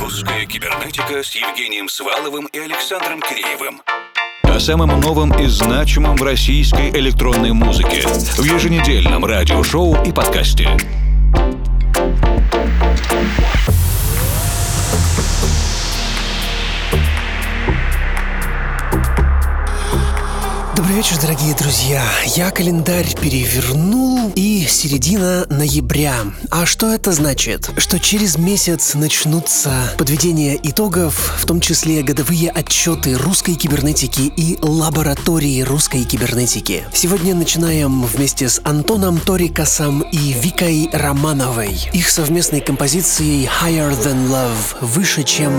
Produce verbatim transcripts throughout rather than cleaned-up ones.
Русская кибернетика с Евгением Сваловым и Александром Киреевым. О самом новом и значимом в российской электронной музыке в еженедельном радиошоу и подкасте. Добрый вечер, дорогие друзья. Я календарь перевернул, и середина ноября. А что это значит? Что через месяц начнутся подведения итогов, в том числе годовые отчеты русской кибернетики и лаборатории русской кибернетики. Сегодня начинаем вместе с Антоном Торикасом и Викой Романовой. Их совместной композицией Higher Than Love, выше, чем...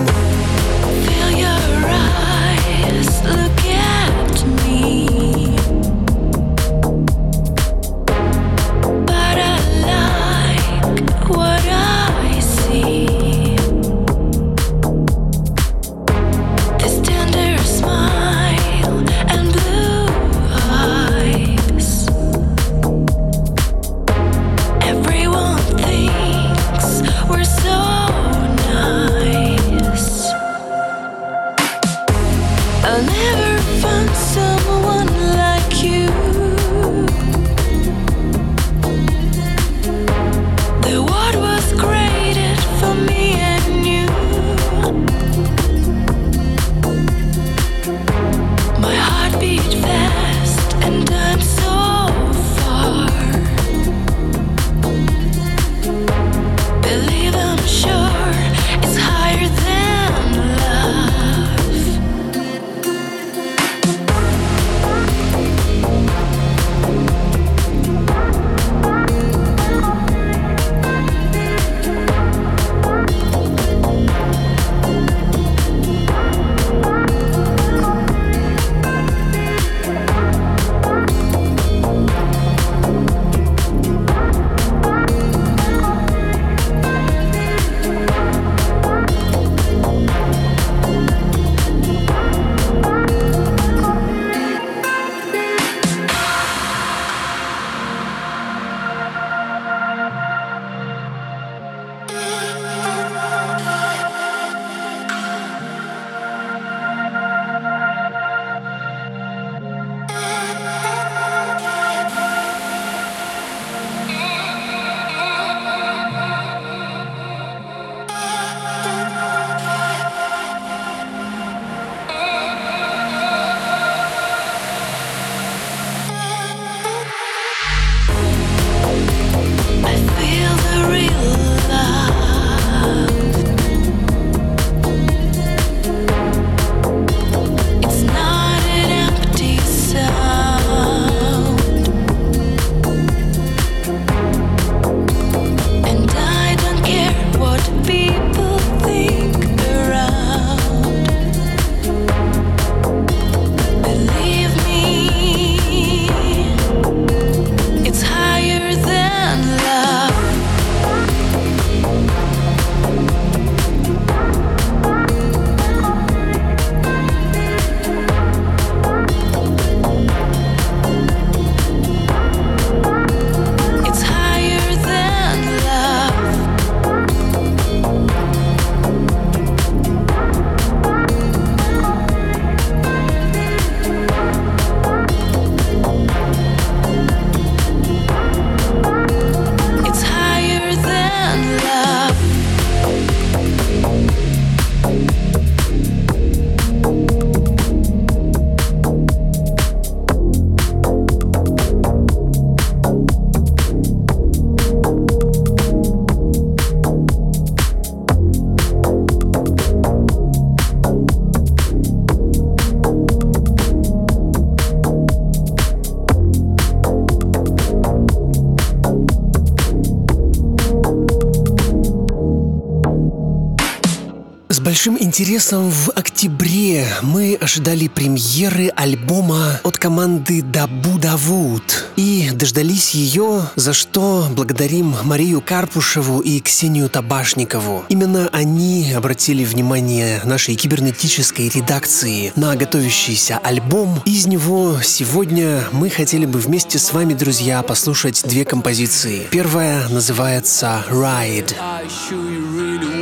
С большим интересом в октябре мы ожидали премьеры альбома от команды Daboo Davout и дождались ее, за что благодарим Марию Карпушеву и Ксению Табашникову. Именно они обратили внимание нашей кибернетической редакции на готовящийся альбом. Из него сегодня мы хотели бы вместе с вами, друзья, послушать две композиции. Первая называется «Ride».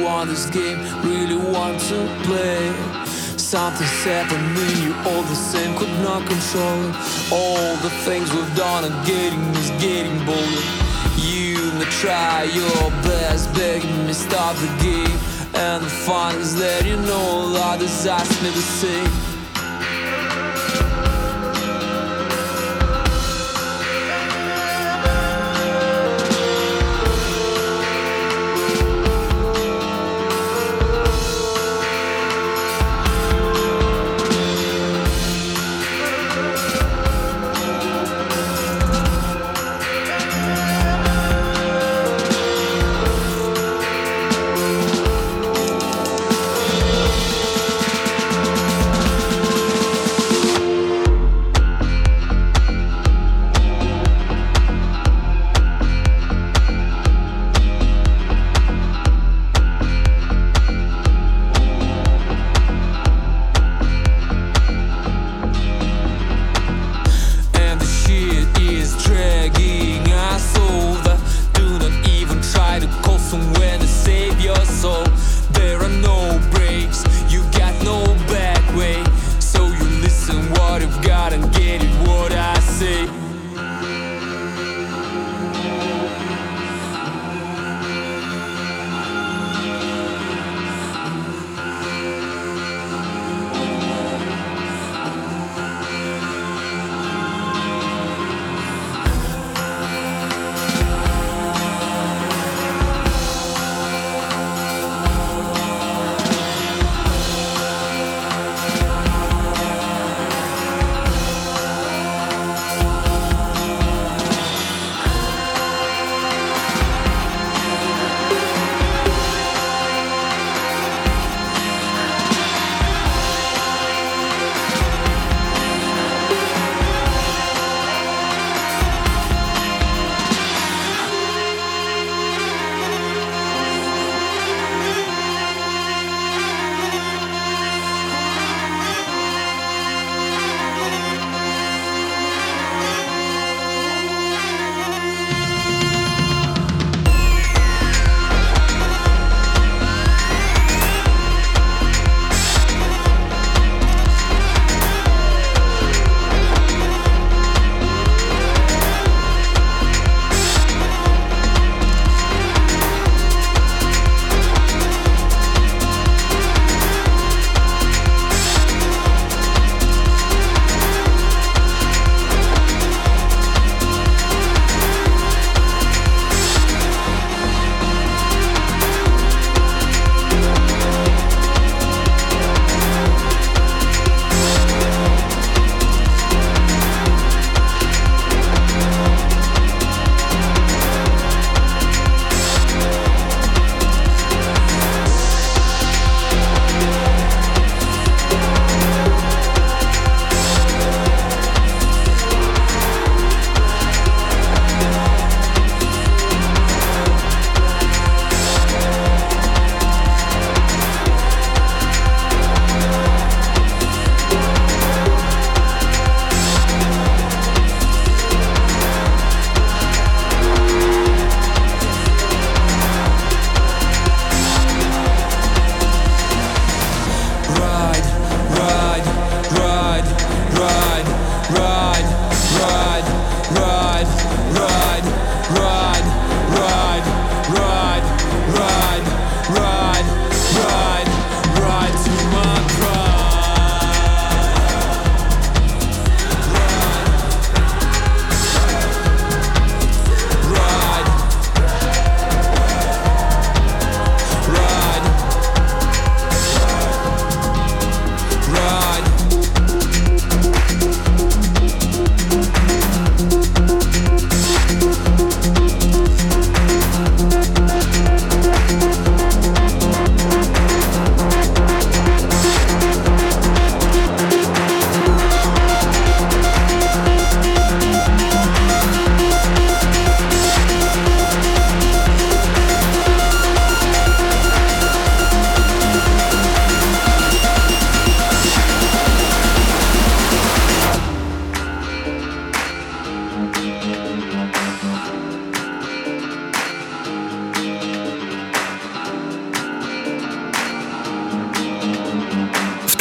want this game, really want to play. Something's happening, you all the same, could not control it. All the things we've done are getting is getting bolder. You may try your best, begging me stop the game. And the fun is that you know others ask me the same.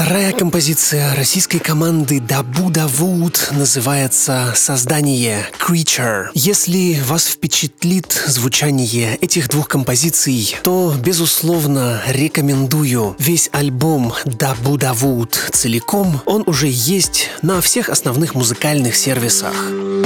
Вторая композиция российской команды Daboo Davood называется «Создание» Creature. Если вас впечатлит звучание этих двух композиций, то, безусловно, рекомендую весь альбом Daboo Davood целиком. Он уже есть на всех основных музыкальных сервисах.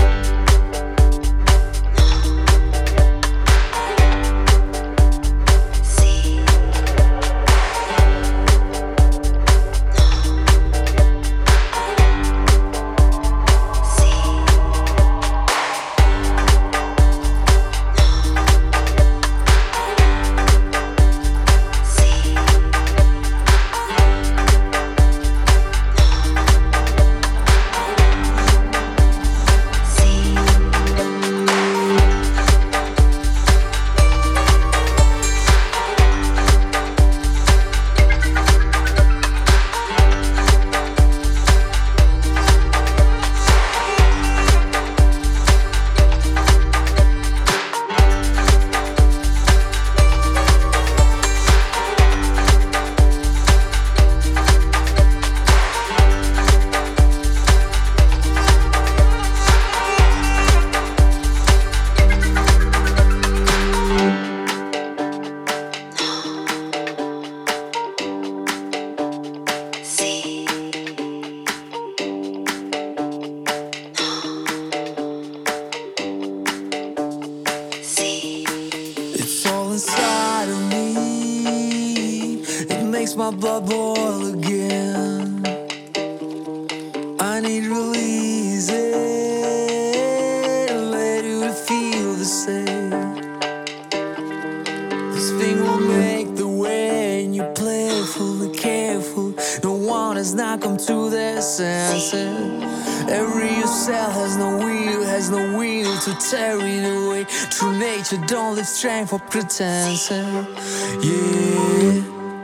My blood boil again. I need release it, let you feel the same. This thing will make the way, and you're playful and careful. No one has not come to their senses. Every cell has no will, has no will to tear it away. True nature don't leave strength for pretense. Yeah.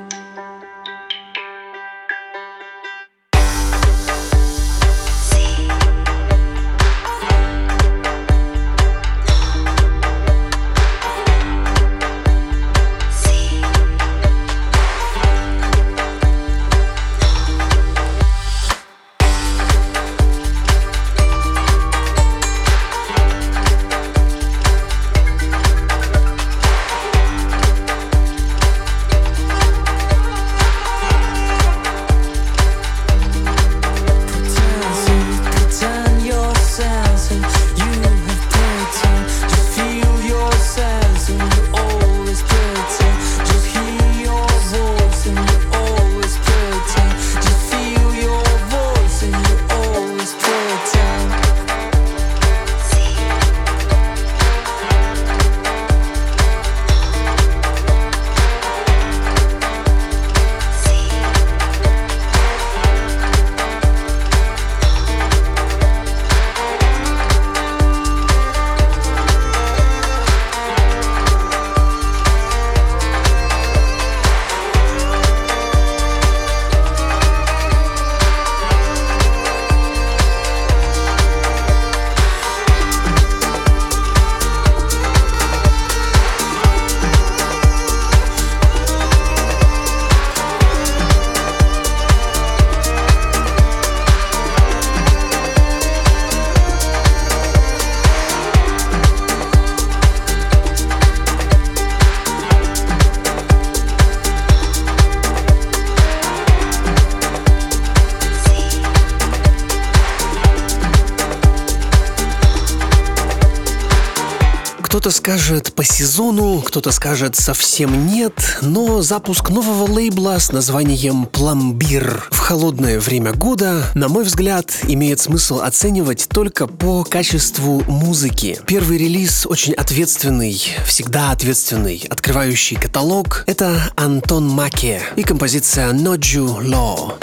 Кто-то скажет по сезону, кто-то скажет совсем нет, но запуск нового лейбла с названием «Пломбир» в холодное время года, на мой взгляд, имеет смысл оценивать только по качеству музыки. Первый релиз очень ответственный, всегда ответственный, открывающий каталог — это Антон Маке и композиция «Ноджу Ло».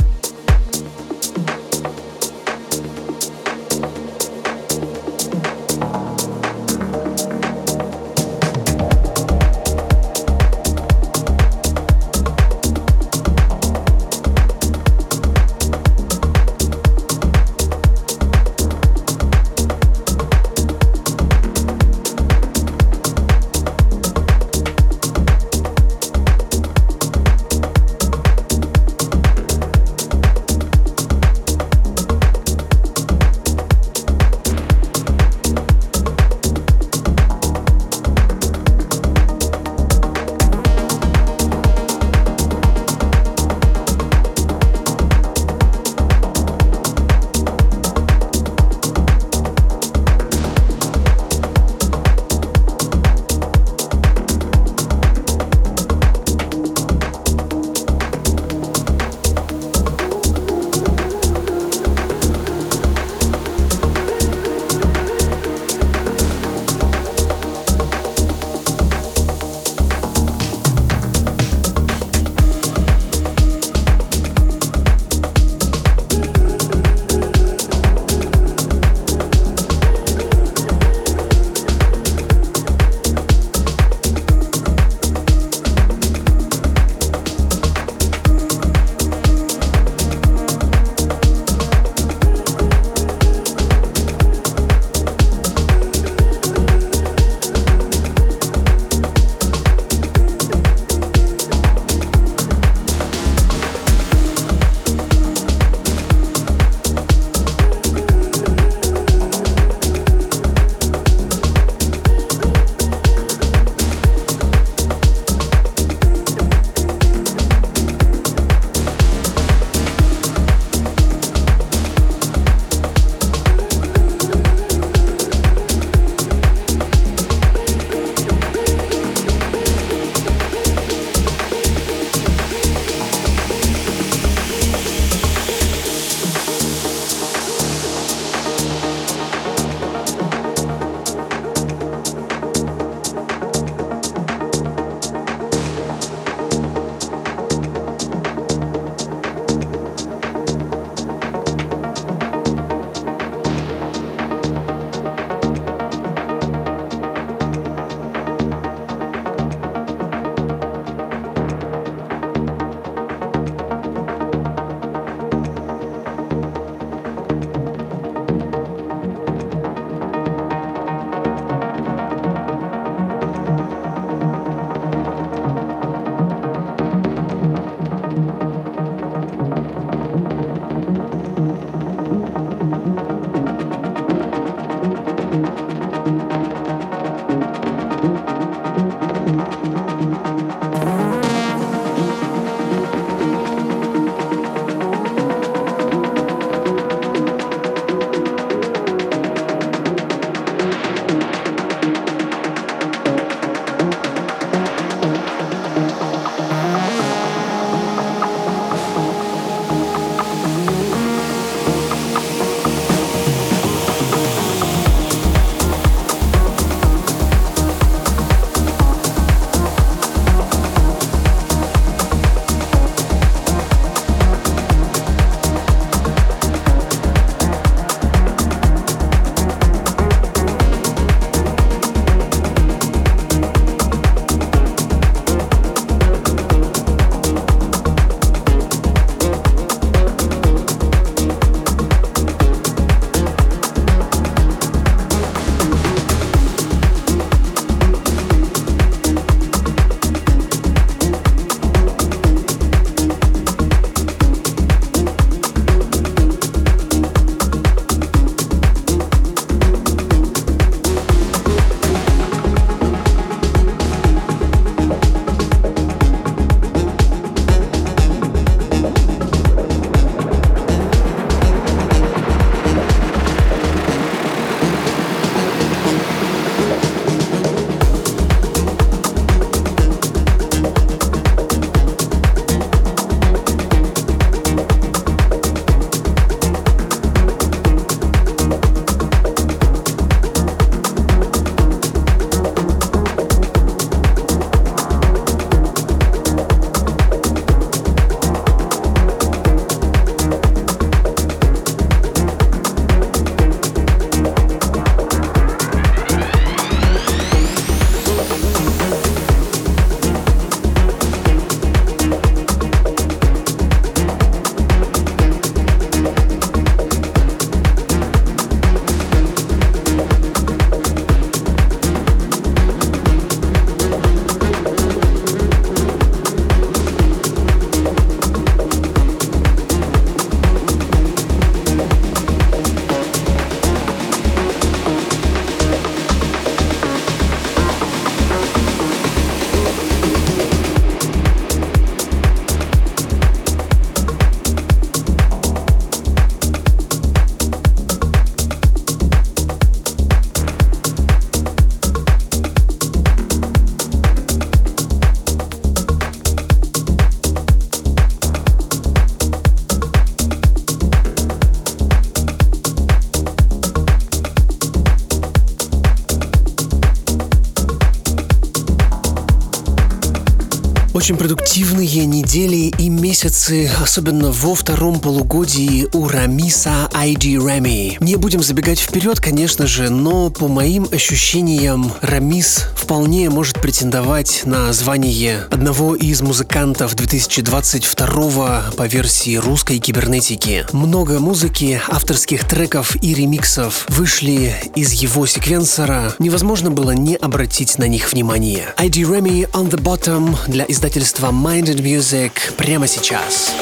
Очень продуктивные недели и месяцы, особенно во втором полугодии у Рамиса ай ди Remy. Не будем забегать вперед, конечно же, но по моим ощущениям Рамис вполне может претендовать на звание одного из музыкантов две тысячи двадцать второго по версии русской кибернетики. Много музыки, авторских треков и ремиксов вышли из его секвенсора. Невозможно было не обратить на них внимание. ай ди Remy On The Bottom для издательства Minded Music прямо сейчас.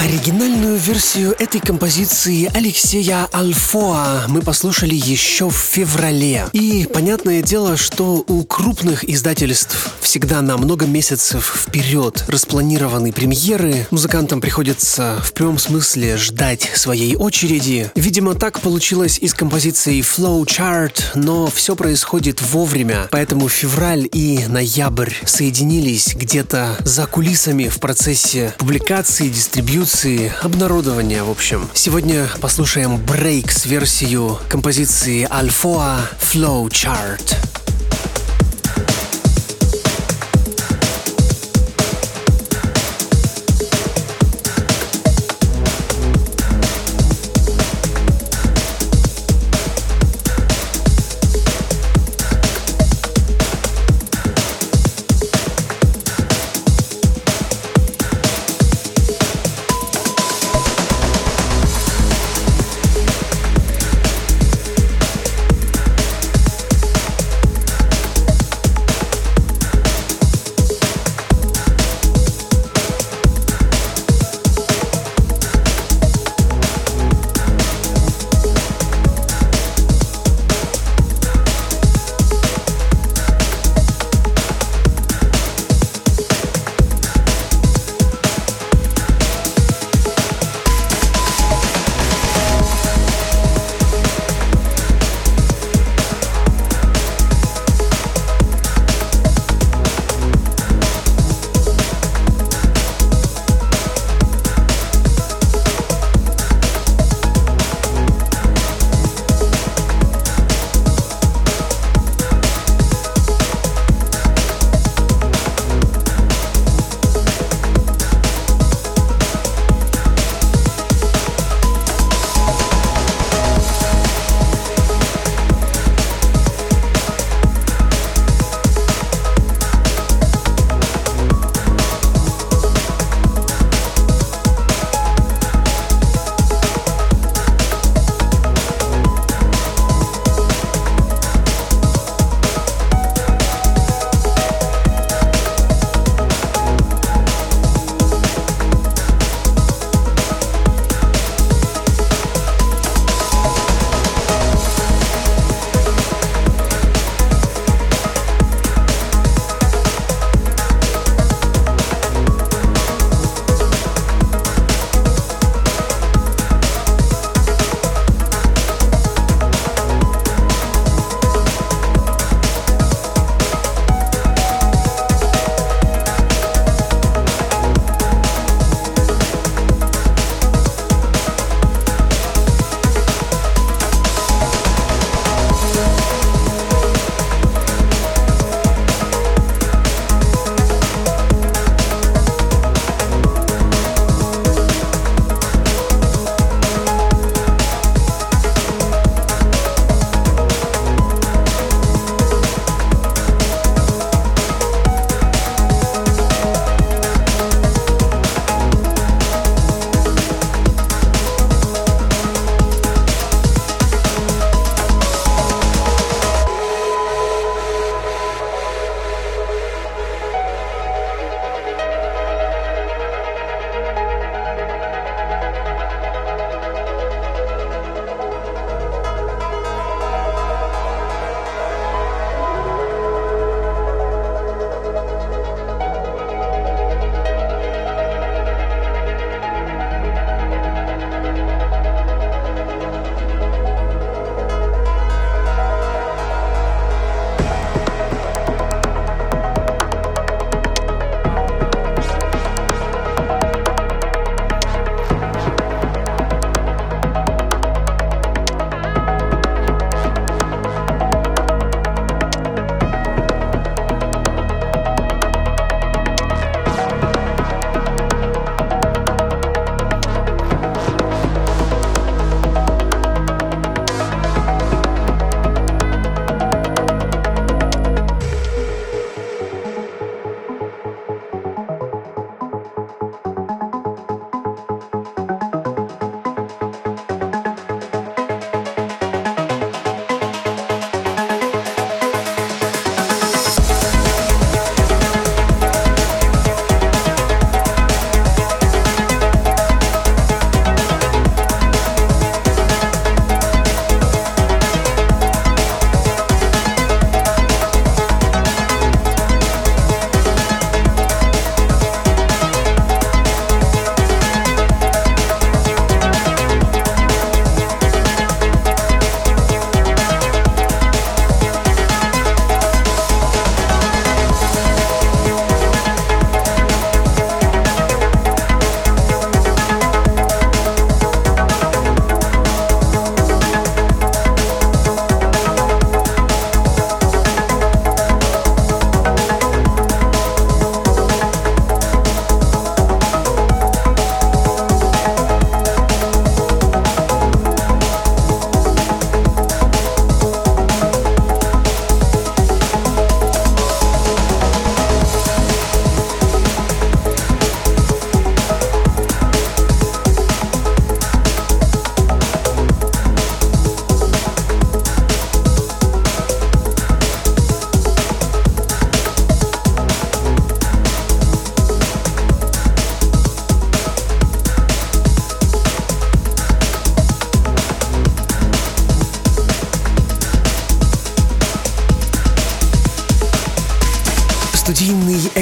Оригинальную версию этой композиции Алексея Альфоа мы послушали еще в феврале. И понятное дело, что у крупных издательств всегда на много месяцев вперед распланированы премьеры. Музыкантам приходится в прямом смысле ждать своей очереди. Видимо, так получилось и с композицией Flowchart, но все происходит вовремя, поэтому февраль и ноябрь соединились где-то за кулисами в процессе публикации, дистрибьюции, обнародования, в общем. Сегодня послушаем брейкс-версию композиции Альфоа Flowchart.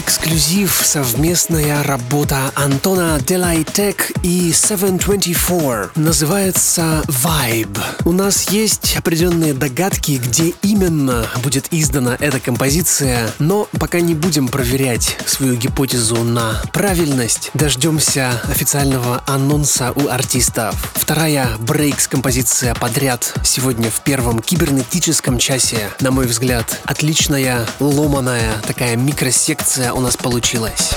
эксклюзив, совместная работа Антона Делайтек и семь двадцать четыре. Называется Vibe. У нас есть определенные догадки, где именно будет издана эта композиция, но пока не будем проверять свою гипотезу на правильность. Дождемся официального анонса у артистов. Вторая брейкс-композиция подряд сегодня в первом кибернетическом часе. На мой взгляд, отличная, ломаная такая микросекция у нас получилась.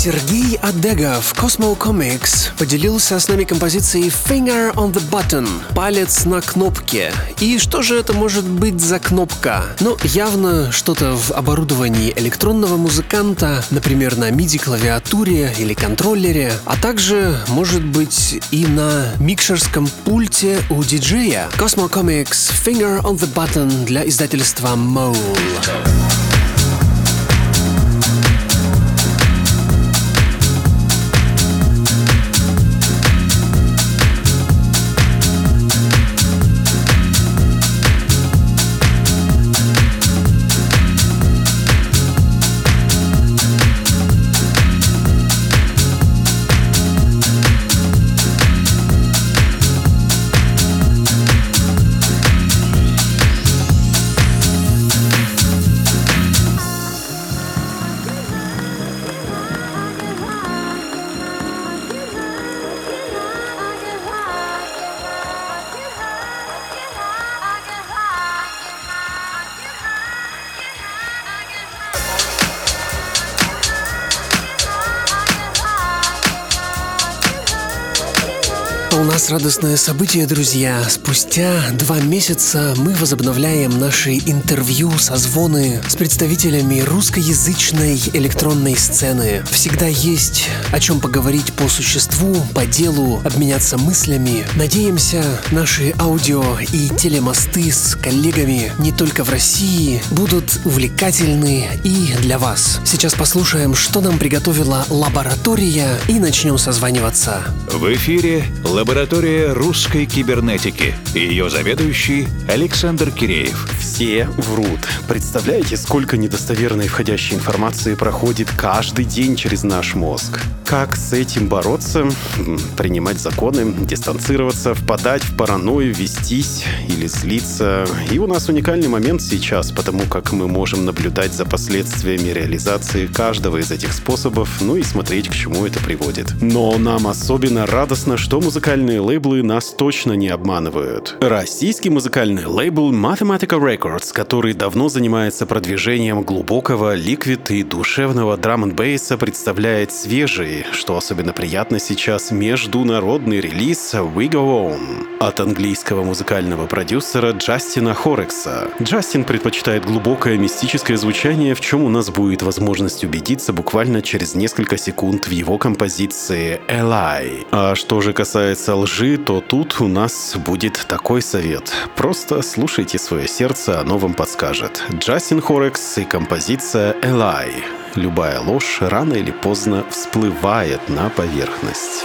Сергей Адегов, Cosmo Comics, поделился с нами композицией Finger on the Button, палец на кнопке. И что же это может быть за кнопка? Ну, явно что-то в оборудовании электронного музыканта, например, на миди-клавиатуре или контроллере, а также, может быть, и на микшерском пульте у диджея. Cosmo Comics Finger on the Button для издательства Mole. У нас радостное событие, друзья. Спустя два месяца мы возобновляем наши интервью, созвоны с представителями русскоязычной электронной сцены. Всегда есть о чем поговорить по существу, по делу, обменяться мыслями. Надеемся, наши аудио и телемосты с коллегами не только в России будут увлекательны и для вас. Сейчас послушаем, что нам приготовила лаборатория, и начнем созваниваться. В эфире лаборатория русской кибернетики. Ее заведующий Александр Киреев. Все врут. Представляете, сколько недостоверной входящей информации проходит каждый день через наш мозг? Как с этим бороться? Принимать законы, дистанцироваться, впадать в паранойю, вестись или злиться. И у нас уникальный момент сейчас, потому как мы можем наблюдать за последствиями реализации каждого из этих способов, ну и смотреть, к чему это приводит. Но нам особенно радостно, что музыкальные лейблы нас точно не обманывают. Российский музыкальный лейбл Mathematica Records, который давно занимается продвижением глубокого, ликвид и душевного драм-н-бейса, представляет свежий, что особенно приятно сейчас, международный релиз We Go On от английского музыкального продюсера Джастина Хорекса. Джастин предпочитает глубокое мистическое звучание, в чем у нас будет возможность убедиться буквально через несколько секунд в его композиции Ally. А что же касается лжи, то тут у нас будет такой совет. Просто слушайте свое сердце, оно вам подскажет. Джастин Хорекс и композиция Ally. Любая ложь рано или поздно всплывает на поверхность.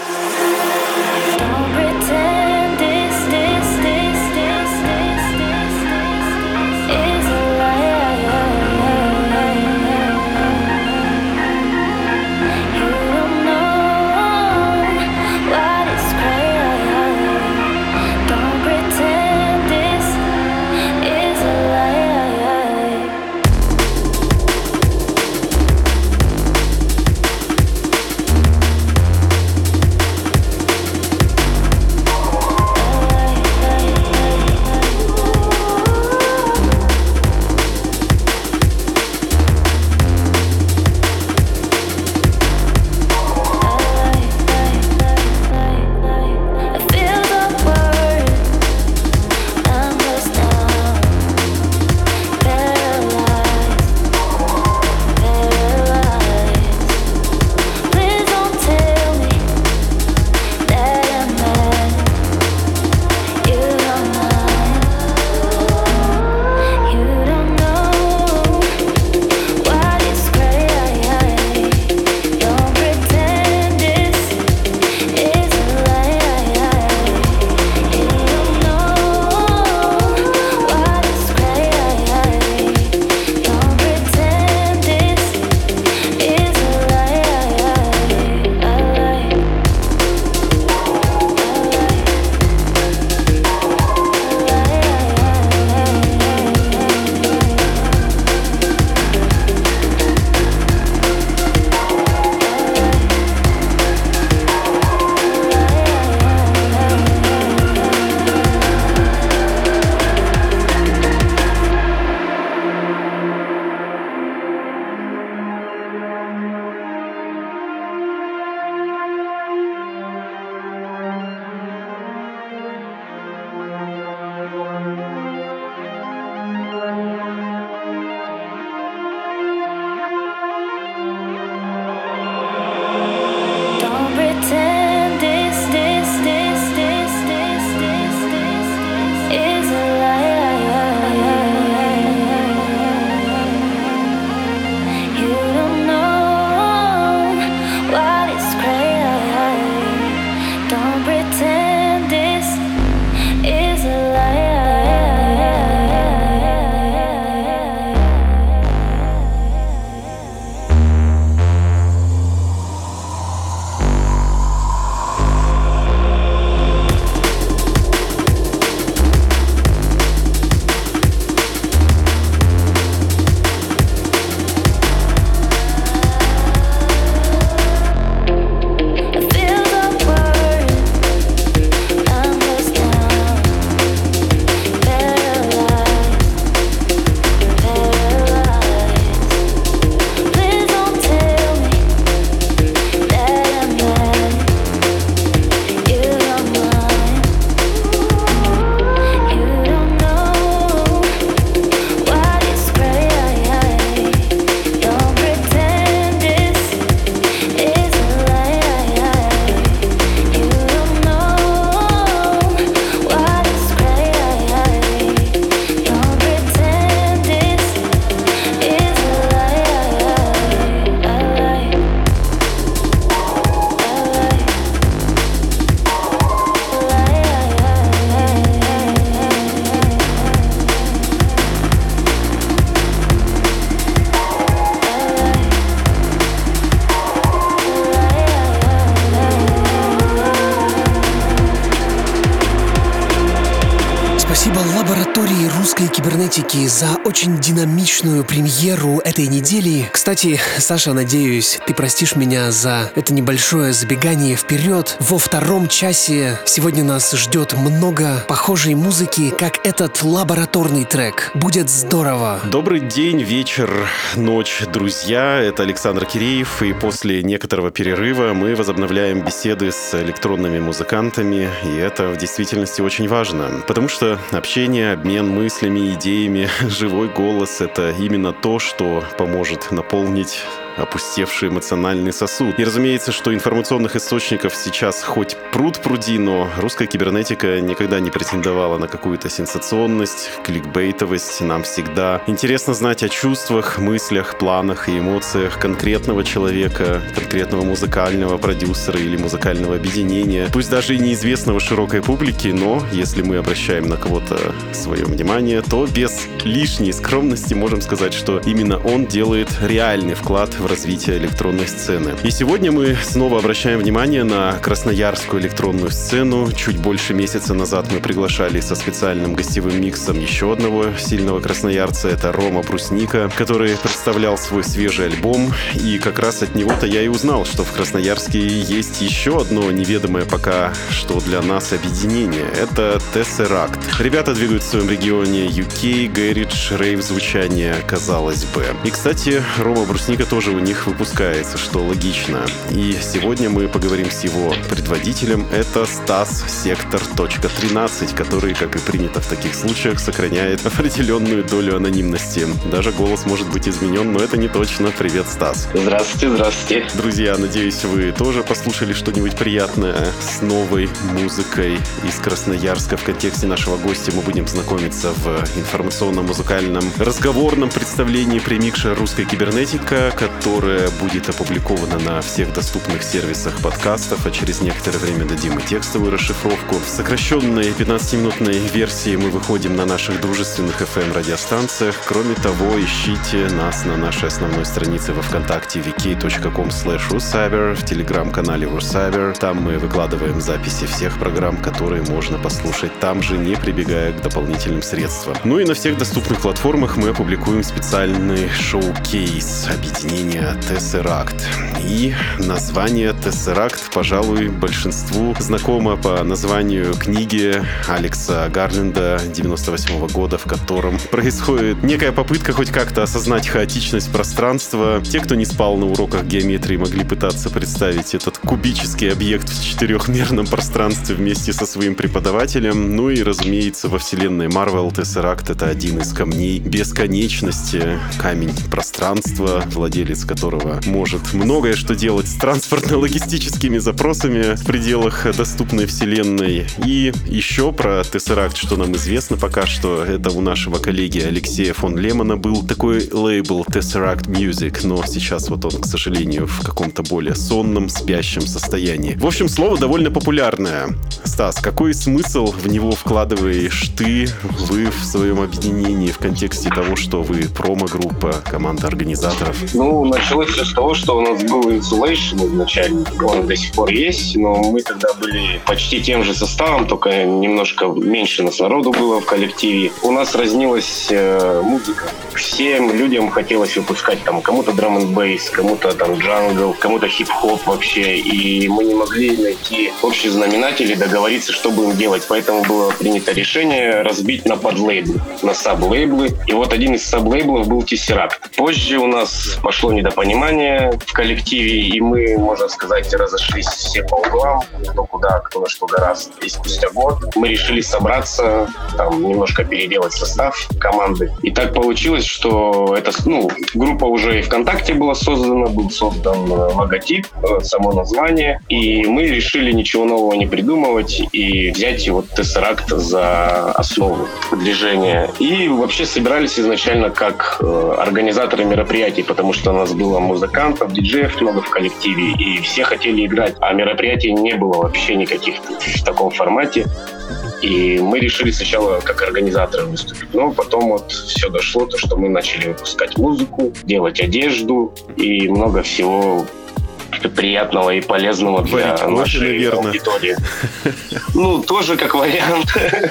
Спасибо лаборатории русской кибернетики за очень динамичную премьеру этой недели. Кстати, Саша, надеюсь, ты простишь меня за это небольшое забегание вперед. Во втором часе сегодня нас ждет много похожей музыки, как этот лабораторный трек. Будет здорово. Добрый день, вечер, ночь, друзья. Это Александр Киреев, и после некоторого перерыва мы возобновляем беседы с электронными музыкантами, и это в действительности очень важно, потому что общение, обмен мыслями, идеями, живой голос — это именно то, что поможет наполнить опустевший эмоциональный сосуд. И разумеется, что информационных источников сейчас хоть пруд пруди, но русская кибернетика никогда не претендовала на какую-то сенсационность, кликбейтовость. Нам всегда интересно знать о чувствах, мыслях, планах и эмоциях конкретного человека, конкретного музыкального продюсера или музыкального объединения, пусть даже и неизвестного широкой публике, но если мы обращаем на кого-то свое внимание, то без лишней скромности можем сказать, что именно он делает реальный вклад в развитие электронной сцены. И сегодня мы снова обращаем внимание на красноярскую электронную сцену. Чуть больше месяца назад мы приглашали со специальным гостевым миксом еще одного сильного красноярца. Это Рома Брусника, который представлял свой свежий альбом. И как раз от него-то я и узнал, что в Красноярске есть еще одно неведомое пока что для нас объединение. Это Tesseract. Ребята двигают в своем регионе ю кей, гэридж, рейв-звучание, казалось бы. И, кстати, Рома Брусника тоже у них выпускается, что логично. И сегодня мы поговорим с его предводителем. Это Стас Сектор тринадцать, который, как и принято в таких случаях, сохраняет определенную долю анонимности. Даже голос может быть изменен, но это не точно. Привет, Стас. Здравствуйте, здравствуйте. Друзья, надеюсь, вы тоже послушали что-нибудь приятное с новой музыкой из Красноярска. В контексте нашего гостя мы будем знакомиться в информационно-музыкальном разговорном представлении премикша «Русская кибернетика», которая будет опубликована на всех доступных сервисах подкастов, а через некоторое время дадим и текстовую расшифровку. В сокращенной пятнадцатиминутной версии мы выходим на наших дружественных эф эм-радиостанциях. Кроме того, ищите нас на нашей основной странице во ВКонтакте ви кей точка ком слэш русайбер, в телеграм-канале Русайбер. Там мы выкладываем записи всех программ, которые можно послушать там же, не прибегая к дополнительным средствам. Ну и на всех доступных платформах мы опубликуем специальный шоу-кейс объединения Tesseract. И название Tesseract, пожалуй, большинству знакомо по названию книги Алекса Гарленда девяносто восьмого года, в котором происходит некая попытка хоть как-то осознать хаотичность пространства. Те, кто не спал на уроках геометрии, могли пытаться представить этот кубический объект в четырехмерном пространстве вместе со своим преподавателем. Ну и, разумеется, во вселенной Marvel Tesseract — это один из камней бесконечности, камень пространства, владелец которого может многое что делать с транспортно-логистическими запросами в пределах доступной вселенной. И еще про Tesseract, что нам известно пока что, это у нашего коллеги Алексея фон Лемона был такой лейбл Tesseract Music, но сейчас вот он, к сожалению, в каком-то более сонном, спящем состоянии. В общем, слово довольно популярное. Стас, какой смысл в него вкладываешь ты, вы в своем объединении в контексте того, что вы промо-группа, команда организаторов? Ну, началось все с того, что у нас был Insulation изначально. Он до сих пор есть, но мы тогда были почти тем же составом, только немножко меньше нас народу было в коллективе. У нас разнилась э, музыка. Всем людям хотелось выпускать там кому-то драм н бейс, кому-то там джангл, кому-то хип-хоп вообще. И мы не могли найти общий знаменатель и договориться, что будем делать. Поэтому было принято решение разбить на подлейблы, на саб-лейблы. И вот один из саб-лейблов был Tesseract. Позже у нас пошло недопонимание в коллективе, и мы, можно сказать, разошлись все по углам, кто куда, кто на что гораздо. И спустя год мы решили собраться, там, немножко переделать состав команды. И так получилось, что эта, ну, группа уже и ВКонтакте была создана, был создан логотип, само название, и мы решили ничего нового не придумывать и взять вот Tesseract за основу движения. И вообще собирались изначально как э, организаторы мероприятий, потому что у нас было музыкантов, диджеев много в коллективе, и все хотели играть, а мероприятий не было вообще никаких в таком формате. И мы решили сначала как организаторы выступить, но потом вот все дошло, то что мы начали выпускать музыку, делать одежду и много всего принципе, приятного и полезного для кофе, нашей наверное. аудитории. Ну, тоже как вариант.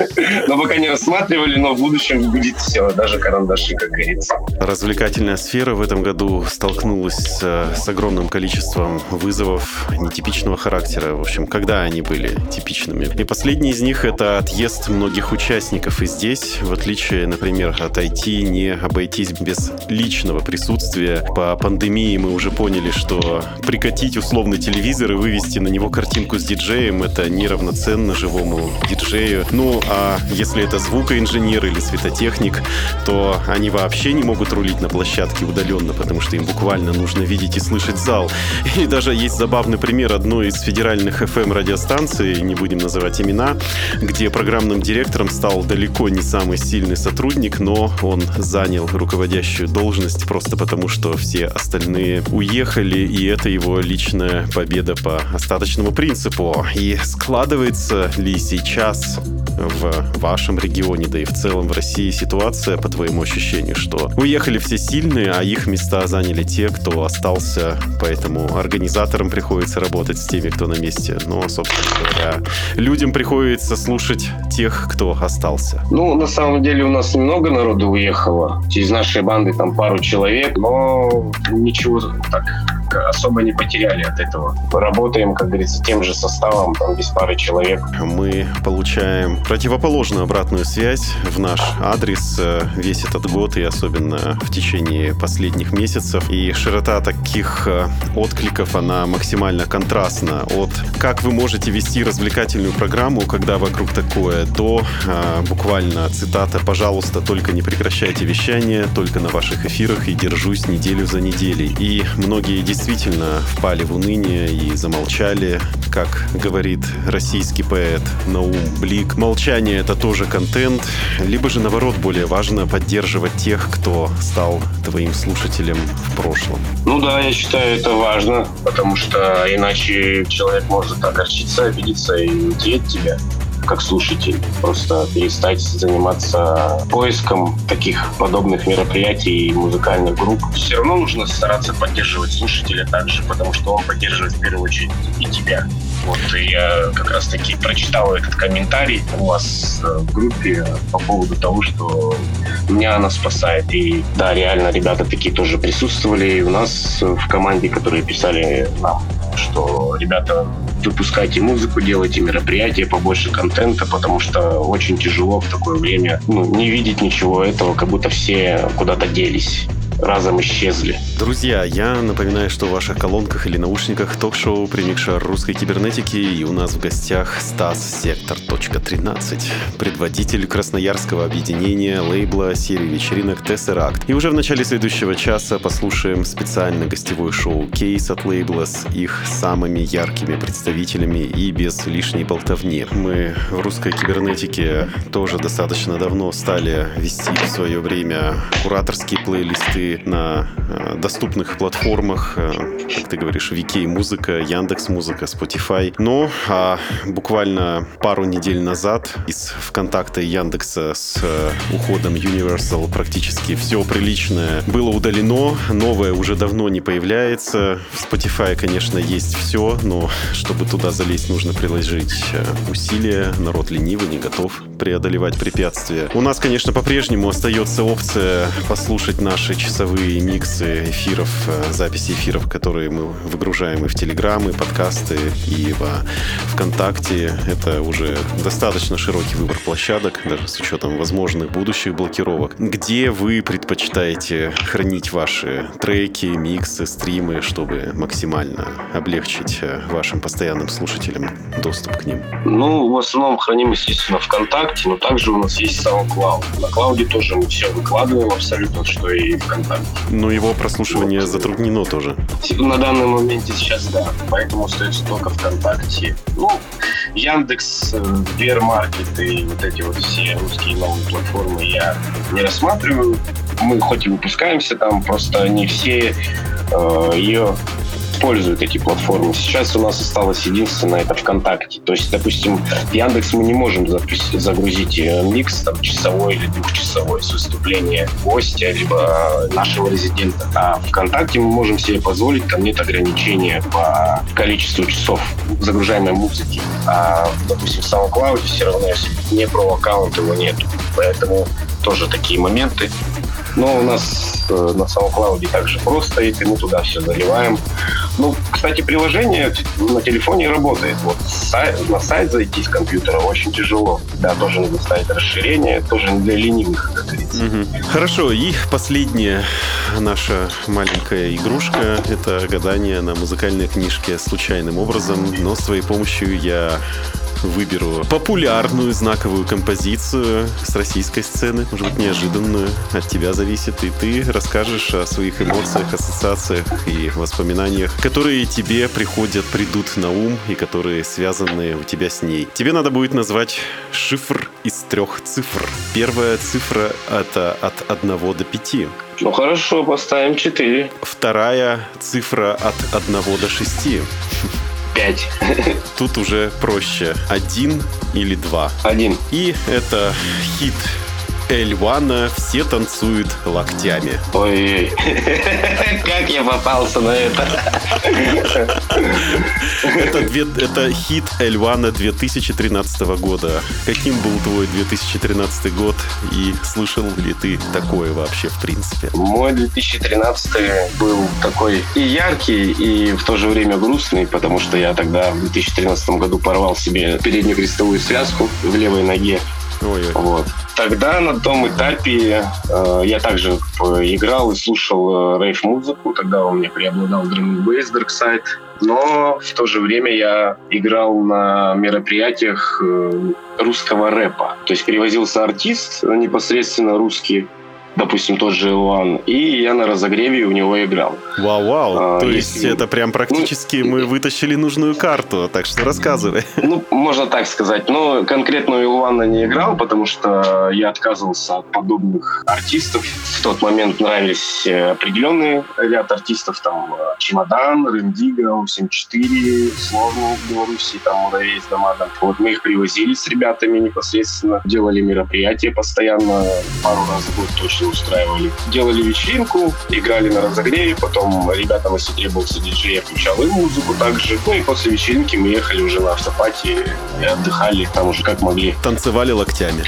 Но пока не рассматривали, но в будущем будет все, даже карандаши, как говорится. Развлекательная сфера в этом году столкнулась с огромным количеством вызовов нетипичного характера. В общем, когда они были типичными. И последний из них — это отъезд многих участников. И здесь, в отличие, например, от ай ти, не обойтись без личного присутствия. По пандемии мы уже поняли, что прикатить условный телевизор и вывести на него картинку с диджеем — это неравноценно живому диджею. Ну, а если это звукоинженер или светотехник, то они вообще не могут рулить на площадке удаленно, потому что им буквально нужно видеть и слышать зал. И даже есть забавный пример одной из федеральных эф эм-радиостанций, не будем называть имена, где программным директором стал далеко не самый сильный сотрудник, но он занял руководящую должность просто потому, что все остальные уехали, и это его личная победа по остаточному принципу. И складывается ли сейчас в вашем регионе, да и в целом в России ситуация, по твоему ощущению, что уехали все сильные, а их места заняли те, кто остался, поэтому организаторам приходится работать с теми, кто на месте, но, собственно говоря, людям приходится слушать тех, кто остался? Ну, на самом деле у нас немного народу уехало, из нашей банды там пару человек, но ничего так особо не потеряли от этого. Работаем, как говорится, тем же составом, там, без пары человек. Мы получаем противоположную обратную связь в наш адрес весь этот год и особенно в течение последних месяцев. И широта таких откликов, она максимально контрастна. От как вы можете вести развлекательную программу, когда вокруг такое, до а, буквально цитата: «Пожалуйста, только не прекращайте вещание, только на ваших эфирах и держусь неделю за неделей». И многие действительно действительно впали в уныние и замолчали. Как говорит российский поэт Наум Блик, молчание — это тоже контент. Либо же, наоборот, более важно поддерживать тех, кто стал твоим слушателем в прошлом. Ну да, я считаю, это важно, потому что иначе человек может огорчиться, обидеться и уйти от тебя как слушатель. Просто перестать заниматься поиском таких подобных мероприятий и музыкальных групп. Все равно нужно стараться поддерживать слушателя также, потому что он поддерживает в первую очередь и тебя. Вот, и я как раз-таки прочитал этот комментарий у вас в группе по поводу того, что меня она спасает. И да, реально, ребята такие тоже присутствовали у нас в команде, которые писали нам, что ребята, выпускайте музыку, делайте мероприятия, побольше контента, потому что очень тяжело в такое время ну, не видеть ничего этого, как будто все куда-то делись, разом исчезли. Друзья, я напоминаю, что в ваших колонках или наушниках ток-шоу «Примикшер русской кибернетики», и у нас в гостях Стас Сектор тринадцать, предводитель красноярского объединения лейбла серии вечеринок Tesseract. И уже в начале следующего часа послушаем специальное гостевое шоу «Кейс» от лейбла с их самыми яркими представителями и без лишней болтовни. Мы в русской кибернетике тоже достаточно давно стали вести в свое время кураторские плейлисты на э, доступных платформах, э, как ты говоришь, ви кей Музыка, Яндекс.Музыка, Spotify. Но а, буквально пару недель назад из ВКонтакта и Яндекса с э, уходом Universal практически все приличное было удалено, новое уже давно не появляется. В Spotify, конечно, есть все, но чтобы туда залезть, нужно приложить э, усилия. Народ ленивый, не готов преодолевать препятствия. У нас, конечно, по-прежнему остается опция послушать наши часовые миксы эфиров, записи эфиров, которые мы выгружаем и в Телеграм, и подкасты, и во ВКонтакте. Это уже достаточно широкий выбор площадок, даже с учетом возможных будущих блокировок. Где вы предпочитаете хранить ваши треки, миксы, стримы, чтобы максимально облегчить вашим постоянным слушателям доступ к ним? Ну, в основном храним, естественно, ВКонтакте, но также у нас есть SoundCloud. На Клауде тоже мы все выкладываем абсолютно, что и ВКонтакте. Но его прослушивание вот затруднено тоже. На данный момент сейчас, да. Поэтому остается только ВКонтакте. Ну, Яндекс, Сбермаркет и вот эти вот все русские новые платформы я не рассматриваю. Мы хоть и выпускаемся там, просто не все э, ее используют эти платформы. Сейчас у нас осталось единственное, это ВКонтакте. То есть, допустим, в Яндекс мы не можем загрузить микс там, часовой или двухчасовой с выступления гостя, либо нашего резидента. А ВКонтакте мы можем себе позволить, там нет ограничения по количеству часов загружаемой музыки. А, допустим, в SoundCloud все равно, если не про аккаунт, его нет. Поэтому тоже такие моменты. Но у нас э, на SoundCloud также просто, и мы туда все заливаем. Ну, кстати, приложение на телефоне работает. Вот сайт, на сайт зайти с компьютера очень тяжело. Да, тоже надо ставить расширение, тоже не для ленивых, как говорится. Угу. Хорошо, и последняя наша маленькая игрушка — это гадание на музыкальной книжке случайным образом, но с твоей помощью я выберу популярную знаковую композицию с российской сцены, может быть, неожиданную. От тебя зависит, и ты расскажешь о своих эмоциях, ассоциациях и воспоминаниях, которые тебе приходят, придут на ум и которые связаны у тебя с ней. Тебе надо будет назвать шифр из трех цифр. Первая цифра — это от одного до пяти. Ну хорошо, поставим четыре. Вторая цифра от одного до шести. Пять. Тут уже проще. Один или два. Один. И это хит Эльвана «Все танцуют локтями». Ой, как я попался на это? Это, две, это хит Эльвана две тысячи тринадцатого года. Каким был твой две тысячи тринадцатый год? И слышал ли ты такое вообще в принципе? Мой две тысячи тринадцатый был такой и яркий, и в то же время грустный, потому что я тогда в две тысячи тринадцатом году порвал себе переднюю крестовую связку в левой ноге. Ой-ой. Вот. Тогда на том этапе э, я также э, играл и слушал э, рейв-музыку. Тогда у меня преобладал драм-н-бейс, Darkside. Но в то же время я играл на мероприятиях э, русского рэпа. То есть перевозился артист непосредственно русский, допустим, тот же Илван, и я на разогреве у него играл. Вау-вау, а, то есть если... это прям практически ну, мы вытащили нужную карту, так что рассказывай. Ну, можно так сказать. Но конкретно у Илвана не играл, потому что я отказывался от подобных артистов. В тот момент нравились определенные ряд артистов, там Чемодан, Рендиго, У семь четыре, Сложно в Беларуси, там Муравей с Домадом. Вот мы их привозили с ребятами непосредственно, делали мероприятия постоянно, пару раз в год точно устраивали. Делали вечеринку, играли на разогреве, потом ребятам, если требовался диджей, я включал им музыку также. Ну и после вечеринки мы ехали уже на автопати и отдыхали там уже как могли. Танцевали локтями.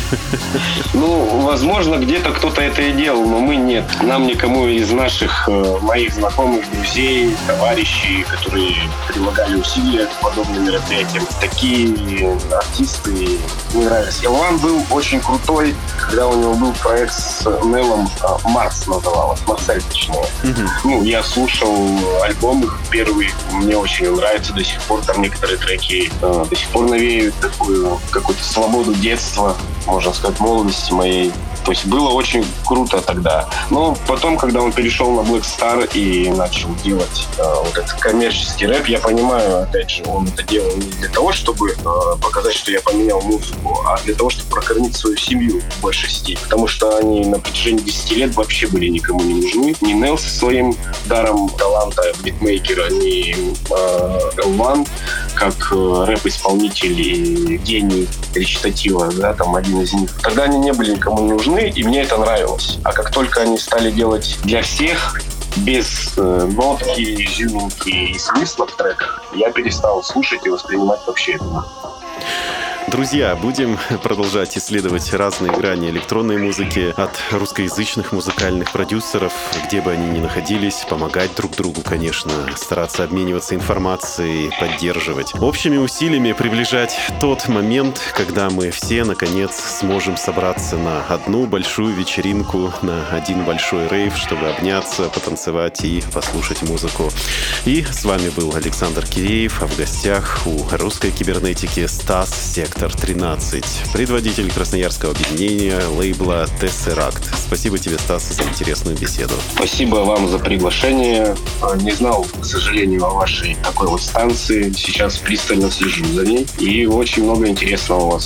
Ну, возможно, где-то кто-то это и делал, но мы нет. Нам никому из наших, моих знакомых, друзей, товарищей, которые прилагали усилия к подобным мероприятиям, такие артисты не нравились. Илван был очень крутой, когда у него был проект с Неллом, Марс называлось, Марсель точнее. Mm-hmm. Ну, я слушал альбом их первый, мне очень он нравится до сих пор, там некоторые треки э, до сих пор навеют такую какую-то свободу детства, можно сказать, молодости моей. То есть было очень круто тогда. Но потом, когда он перешел на Black Star и начал делать э, вот этот коммерческий рэп, я понимаю, опять же, он это делал не для того, чтобы э, показать, что я поменял музыку, а для того, чтобы прокормить свою семью в большей степени. Потому что они на протяжении десяти лет вообще были никому не нужны. Ни Нел со своим даром таланта битмейкера, ни Элван как э, рэп-исполнитель и гений речитатива, да, там один из них. Тогда они не были никому не нужны, и мне это нравилось. А как только они стали делать для всех, без э, нотки, изюминки и смысла в треках, я перестал слушать и воспринимать вообще это. Друзья, будем продолжать исследовать разные грани электронной музыки от русскоязычных музыкальных продюсеров, где бы они ни находились, помогать друг другу, конечно, стараться обмениваться информацией, поддерживать. Общими усилиями приближать тот момент, когда мы все, наконец, сможем собраться на одну большую вечеринку, на один большой рейв, чтобы обняться, потанцевать и послушать музыку. И с вами был Александр Киреев, а в гостях у русской кибернетики Стас Сектор тринадцать, предводитель красноярского объединения лейбла Tesseract. Спасибо тебе, Стас, за интересную беседу. Спасибо вам за приглашение. Не знал, к сожалению, о вашей такой вот станции. Сейчас пристально слежу за ней. И очень много интересного у вас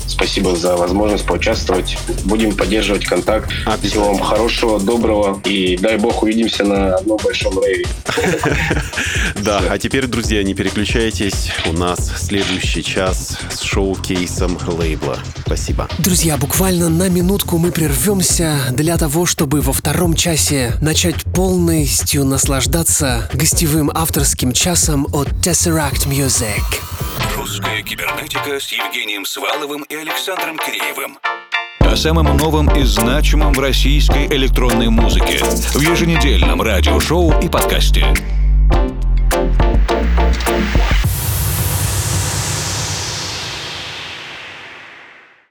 Спасибо за возможность поучаствовать. Будем поддерживать контакт. Всего вам хорошего, доброго. И дай бог увидимся на одном большом рейве. Да, а теперь, друзья, не переключайтесь. У нас следующий час с шоу-кейсом лейбла. Спасибо. Друзья, буквально на минутку мы прервемся для того, чтобы во втором часе начать полностью наслаждаться гостевым авторским часом от Tesseract Music. Русская кибернетика с Евгением Сваловым и Александром Киреевым. О самом новом и значимом в российской электронной музыке в еженедельном радиошоу и подкасте.